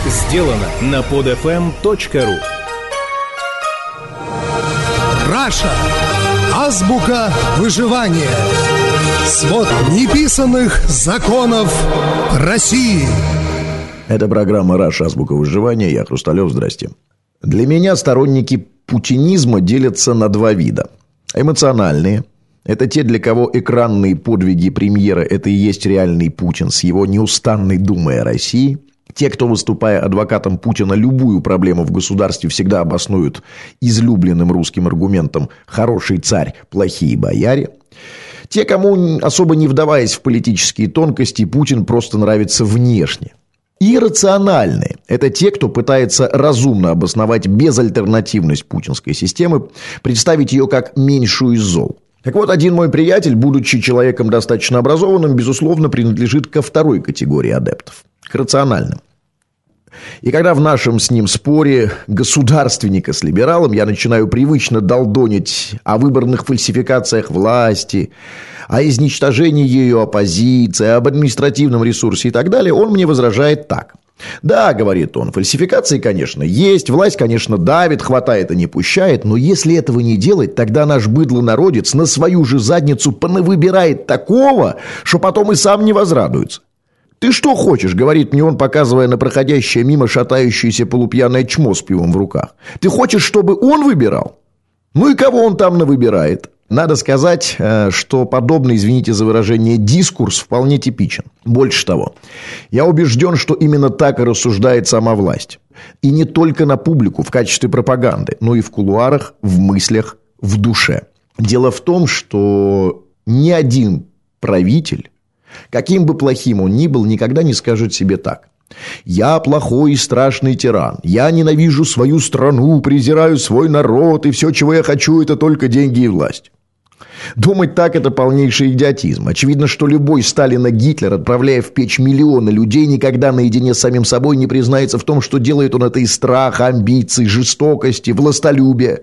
Сделано на podfm.ru. Раша. Азбука выживания. Свод неписанных законов России. Это программа «Раша. Азбука выживания». Я Хрусталев. Здрасте. Для меня сторонники путинизма делятся на два вида. Эмоциональные. Это те, для кого экранные подвиги премьера – это и есть реальный Путин с его неустанной думой о России. Те, кто, выступая адвокатом Путина, любую проблему в государстве всегда обоснуют излюбленным русским аргументом «хороший царь, плохие бояре». Те, кому, особо не вдаваясь в политические тонкости, Путин просто нравится внешне. Иррациональные – это те, кто пытается разумно обосновать безальтернативность путинской системы, представить ее как меньшую из зол. Так вот, один мой приятель, будучи человеком достаточно образованным, безусловно, принадлежит ко второй категории адептов – к рациональным. И когда в нашем с ним споре государственника с либералом я начинаю привычно долдонить о выборных фальсификациях власти, о изничтожении ее оппозиции, об административном ресурсе и так далее, он мне возражает так. Да, говорит он, фальсификации, конечно, есть, власть, конечно, давит, хватает и не пущает, но если этого не делать, тогда наш быдло-народец на свою же задницу понавыбирает такого, что потом и сам не возрадуется. «Ты что хочешь?» – говорит мне он, показывая на проходящее мимо шатающееся полупьяное чмо с пивом в руках. «Ты хочешь, чтобы он выбирал? Ну и кого он там навыбирает?» Надо сказать, что подобный, извините за выражение, дискурс вполне типичен. Больше того, я убежден, что именно так и рассуждает сама власть. И не только на публику в качестве пропаганды, но и в кулуарах, в мыслях, в душе. Дело в том, что ни один правитель, каким бы плохим он ни был, никогда не скажет себе так: «Я плохой и страшный тиран, я ненавижу свою страну, презираю свой народ, и все, чего я хочу, это только деньги и власть». Думать так – это полнейший идиотизм. Очевидно, что любой Сталин и Гитлер, отправляя в печь миллионы людей, никогда наедине с самим собой не признается в том, что делает он это из страха, амбиций, жестокости, властолюбия.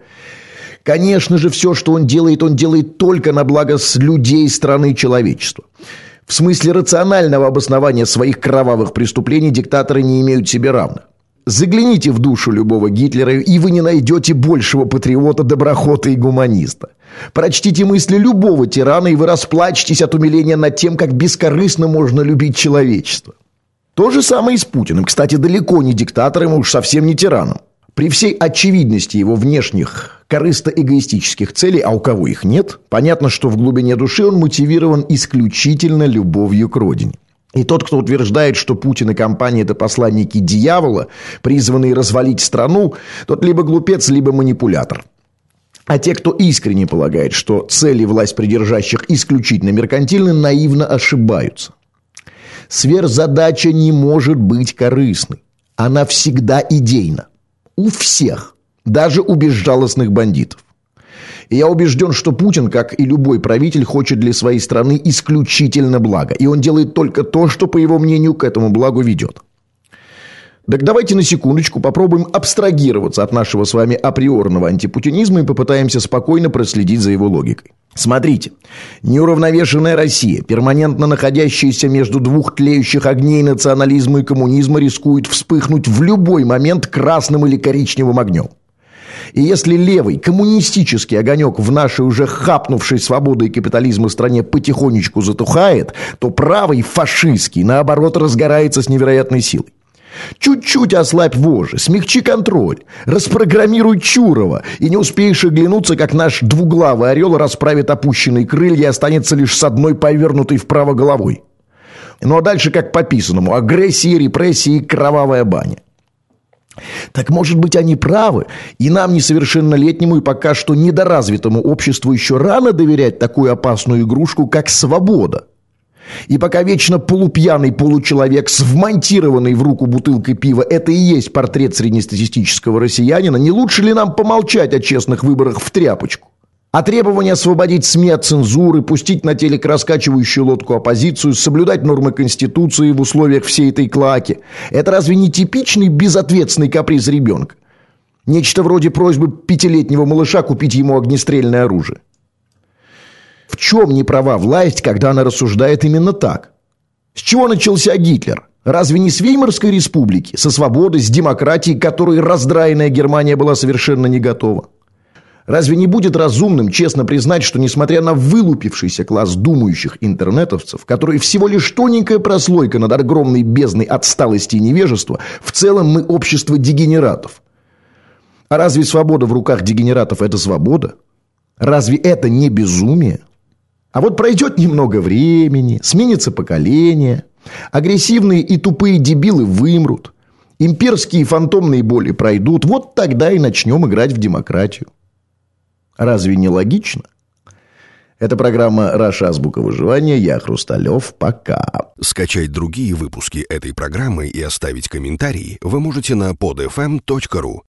Конечно же, все, что он делает только на благо людей, страны и человечества. В смысле рационального обоснования своих кровавых преступлений диктаторы не имеют себе равных. Загляните в душу любого Гитлера, и вы не найдете большего патриота, доброхота и гуманиста. Прочтите мысли любого тирана, и вы расплачетесь от умиления над тем, как бескорыстно можно любить человечество. То же самое и с Путиным. Кстати, далеко не диктатором, уж совсем не тираном. При всей очевидности его внешних корысто-эгоистических целей, а у кого их нет, понятно, что в глубине души он мотивирован исключительно любовью к родине. И тот, кто утверждает, что Путин и компания – это посланники дьявола, призванные развалить страну, тот либо глупец, либо манипулятор. А те, кто искренне полагает, что цели власть придержащих исключительно меркантильны, наивно ошибаются. Сверхзадача не может быть корыстной. Она всегда идейна. У всех, даже у безжалостных бандитов. И я убежден, что Путин, как и любой правитель, хочет для своей страны исключительно блага. И он делает только то, что, по его мнению, к этому благу ведет. Так давайте на секундочку попробуем абстрагироваться от нашего с вами априорного антипутинизма и попытаемся спокойно проследить за его логикой. Смотрите, неуравновешенная Россия, перманентно находящаяся между двух тлеющих огней национализма и коммунизма, рискует вспыхнуть в любой момент красным или коричневым огнем. И если левый коммунистический огонек в нашей уже хапнувшей свободой капитализма стране потихонечку затухает, то правый фашистский, наоборот, разгорается с невероятной силой. Чуть-чуть ослабь вожжи, смягчи контроль, распрограммируй Чурова, и не успеешь оглянуться, как наш двуглавый орел расправит опущенные крылья и останется лишь с одной повернутой вправо головой. Ну а дальше как по писанному: агрессия, репрессии и кровавая баня. Так, может быть, они правы, и нам, несовершеннолетнему и пока что недоразвитому обществу, еще рано доверять такую опасную игрушку, как свобода. И пока вечно полупьяный получеловек с вмонтированной в руку бутылкой пива – это и есть портрет среднестатистического россиянина, не лучше ли нам помолчать о честных выборах в тряпочку? А требование освободить СМИ от цензуры, пустить на телек раскачивающую лодку оппозицию, соблюдать нормы Конституции в условиях всей этой клоаки – это разве не типичный безответственный каприз ребенка? Нечто вроде просьбы пятилетнего малыша купить ему огнестрельное оружие. В чем не права власть, когда она рассуждает именно так? С чего начался Гитлер? Разве не с Веймарской республики, со свободой, с демократией, к которой раздраенная Германия была совершенно не готова? Разве не будет разумным честно признать, что несмотря на вылупившийся класс думающих интернетовцев, которые всего лишь тоненькая прослойка над огромной бездной отсталости и невежества, в целом мы общество дегенератов? А разве свобода в руках дегенератов – это свобода? Разве это не безумие? А вот пройдет немного времени, сменится поколение, агрессивные и тупые дебилы вымрут, имперские фантомные боли пройдут, вот тогда и начнем играть в демократию. Разве не логично? Это программа «Раша. Азбука выживания». Я Хрусталев. Пока. Скачать другие выпуски этой программы и оставить комментарии вы можете на podfm.ru.